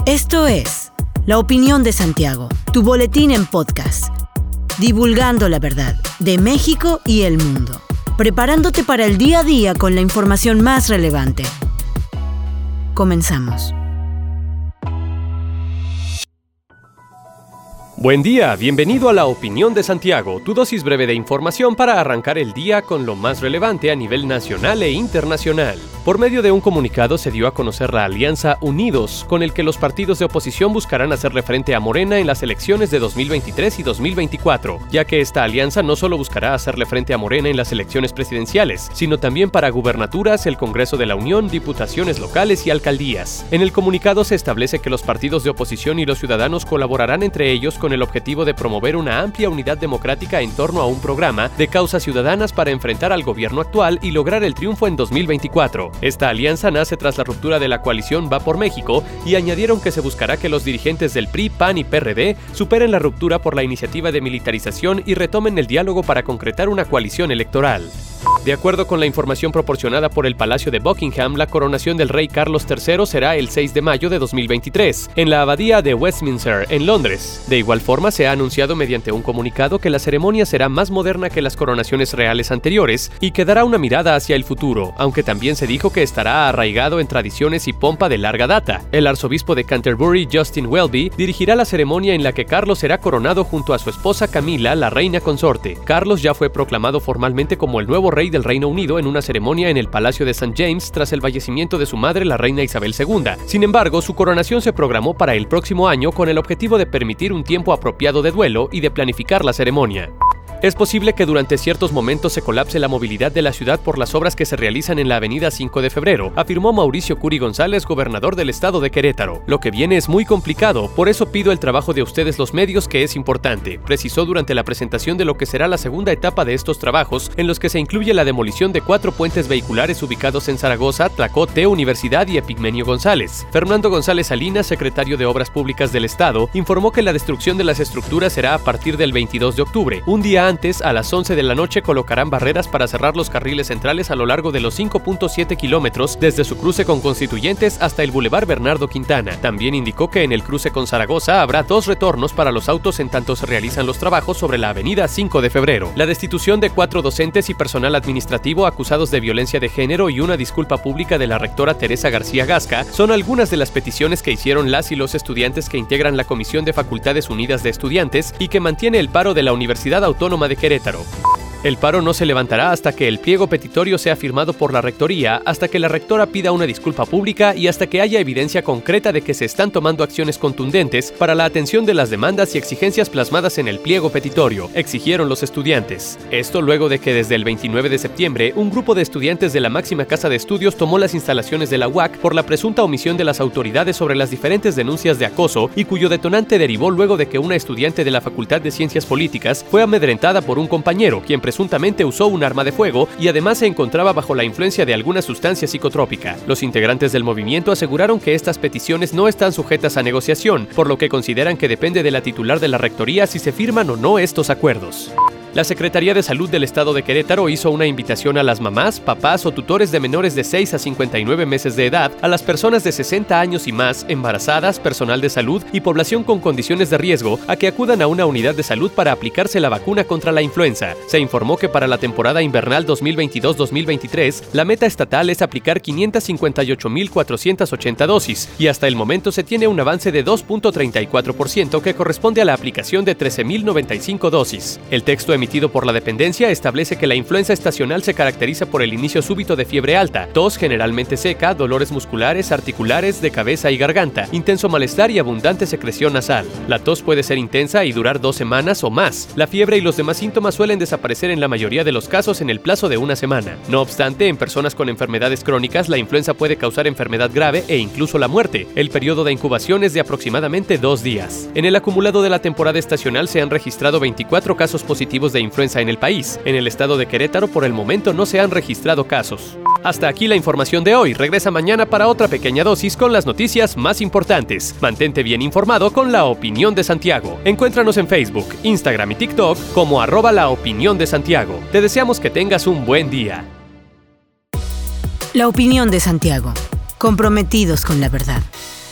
Esto es La Opinión de Santiago, tu boletín en podcast, divulgando la verdad de México y el mundo, preparándote para el día a día con la información más relevante. Comenzamos. Buen día, bienvenido a La Opinión de Santiago, tu dosis breve de información para arrancar el día con lo más relevante a nivel nacional e internacional. Por medio de un comunicado se dio a conocer la alianza Unidos, con el que los partidos de oposición buscarán hacerle frente a Morena en las elecciones de 2023 y 2024, ya que esta alianza no solo buscará hacerle frente a Morena en las elecciones presidenciales, sino también para gubernaturas, el Congreso de la Unión, diputaciones locales y alcaldías. En el comunicado se establece que los partidos de oposición y los ciudadanos colaborarán entre ellos con el objetivo de promover una amplia unidad democrática en torno a un programa de causas ciudadanas para enfrentar al gobierno actual y lograr el triunfo en 2024. Esta alianza nace tras la ruptura de la coalición Va por México y añadieron que se buscará que los dirigentes del PRI, PAN y PRD superen la ruptura por la iniciativa de militarización y retomen el diálogo para concretar una coalición electoral. De acuerdo con la información proporcionada por el Palacio de Buckingham, la coronación del rey Carlos III será el 6 de mayo de 2023, en la abadía de Westminster, en Londres. De igual forma, se ha anunciado mediante un comunicado que la ceremonia será más moderna que las coronaciones reales anteriores y que dará una mirada hacia el futuro, aunque también se dijo que estará arraigado en tradiciones y pompa de larga data. El arzobispo de Canterbury, Justin Welby, dirigirá la ceremonia en la que Carlos será coronado junto a su esposa Camila, la reina consorte. Carlos ya fue proclamado formalmente como el nuevo rey del Reino Unido en una ceremonia en el Palacio de St. James tras el fallecimiento de su madre, la reina Isabel II. Sin embargo, su coronación se programó para el próximo año con el objetivo de permitir un tiempo apropiado de duelo y de planificar la ceremonia. Es posible que durante ciertos momentos se colapse la movilidad de la ciudad por las obras que se realizan en la avenida 5 de febrero, afirmó Mauricio Curi González, gobernador del estado de Querétaro. Lo que viene es muy complicado, por eso pido el trabajo de ustedes los medios, que es importante, precisó durante la presentación de lo que será la segunda etapa de estos trabajos, en los que se incluye la demolición de 4 puentes vehiculares ubicados en Zaragoza, Tlacote, Universidad y Epigmenio González. Fernando González Salinas, secretario de Obras Públicas del estado, informó que la destrucción de las estructuras será a partir del 22 de octubre, un día antes, a las 11 de la noche, colocarán barreras para cerrar los carriles centrales a lo largo de los 5.7 kilómetros desde su cruce con Constituyentes hasta el Boulevard Bernardo Quintana. También indicó que en el cruce con Zaragoza habrá 2 retornos para los autos en tanto se realizan los trabajos sobre la avenida 5 de febrero. La destitución de 4 docentes y personal administrativo acusados de violencia de género y una disculpa pública de la rectora Teresa García Gasca son algunas de las peticiones que hicieron las y los estudiantes que integran la Comisión de Facultades Unidas de Estudiantes y que mantiene el paro de la Universidad Autónoma de Querétaro. El paro no se levantará hasta que el pliego petitorio sea firmado por la rectoría, hasta que la rectora pida una disculpa pública y hasta que haya evidencia concreta de que se están tomando acciones contundentes para la atención de las demandas y exigencias plasmadas en el pliego petitorio, exigieron los estudiantes. Esto luego de que desde el 29 de septiembre un grupo de estudiantes de la máxima casa de estudios tomó las instalaciones de la UAC por la presunta omisión de las autoridades sobre las diferentes denuncias de acoso y cuyo detonante derivó luego de que una estudiante de la Facultad de Ciencias Políticas fue amedrentada por un compañero, quien presuntamente usó un arma de fuego y además se encontraba bajo la influencia de alguna sustancia psicotrópica. Los integrantes del movimiento aseguraron que estas peticiones no están sujetas a negociación, por lo que consideran que depende de la titular de la rectoría si se firman o no estos acuerdos. La Secretaría de Salud del Estado de Querétaro hizo una invitación a las mamás, papás o tutores de menores de 6 a 59 meses de edad, a las personas de 60 años y más, embarazadas, personal de salud y población con condiciones de riesgo a que acudan a una unidad de salud para aplicarse la vacuna contra la influenza. Se informó que para la temporada invernal 2022-2023, la meta estatal es aplicar 558.480 dosis y hasta el momento se tiene un avance de 2.34% que corresponde a la aplicación de 13.095 dosis. El texto emitido por la dependencia establece que la influenza estacional se caracteriza por el inicio súbito de fiebre alta, tos generalmente seca, dolores musculares, articulares, de cabeza y garganta, intenso malestar y abundante secreción nasal. La tos puede ser intensa y durar 2 semanas o más. La fiebre y los demás síntomas suelen desaparecer en la mayoría de los casos en el plazo de 1 semana. No obstante, en personas con enfermedades crónicas, la influenza puede causar enfermedad grave e incluso la muerte. El periodo de incubación es de aproximadamente 2 días. En el acumulado de la temporada estacional se han registrado 24 casos positivos de influenza en el país. En el estado de Querétaro, por el momento, no se han registrado casos. Hasta aquí la información de hoy. Regresa mañana para otra pequeña dosis con las noticias más importantes. Mantente bien informado con La Opinión de Santiago. Encuéntranos en Facebook, Instagram y TikTok como @La Opinión de Santiago. Te deseamos que tengas un buen día. La Opinión de Santiago. Comprometidos con la verdad.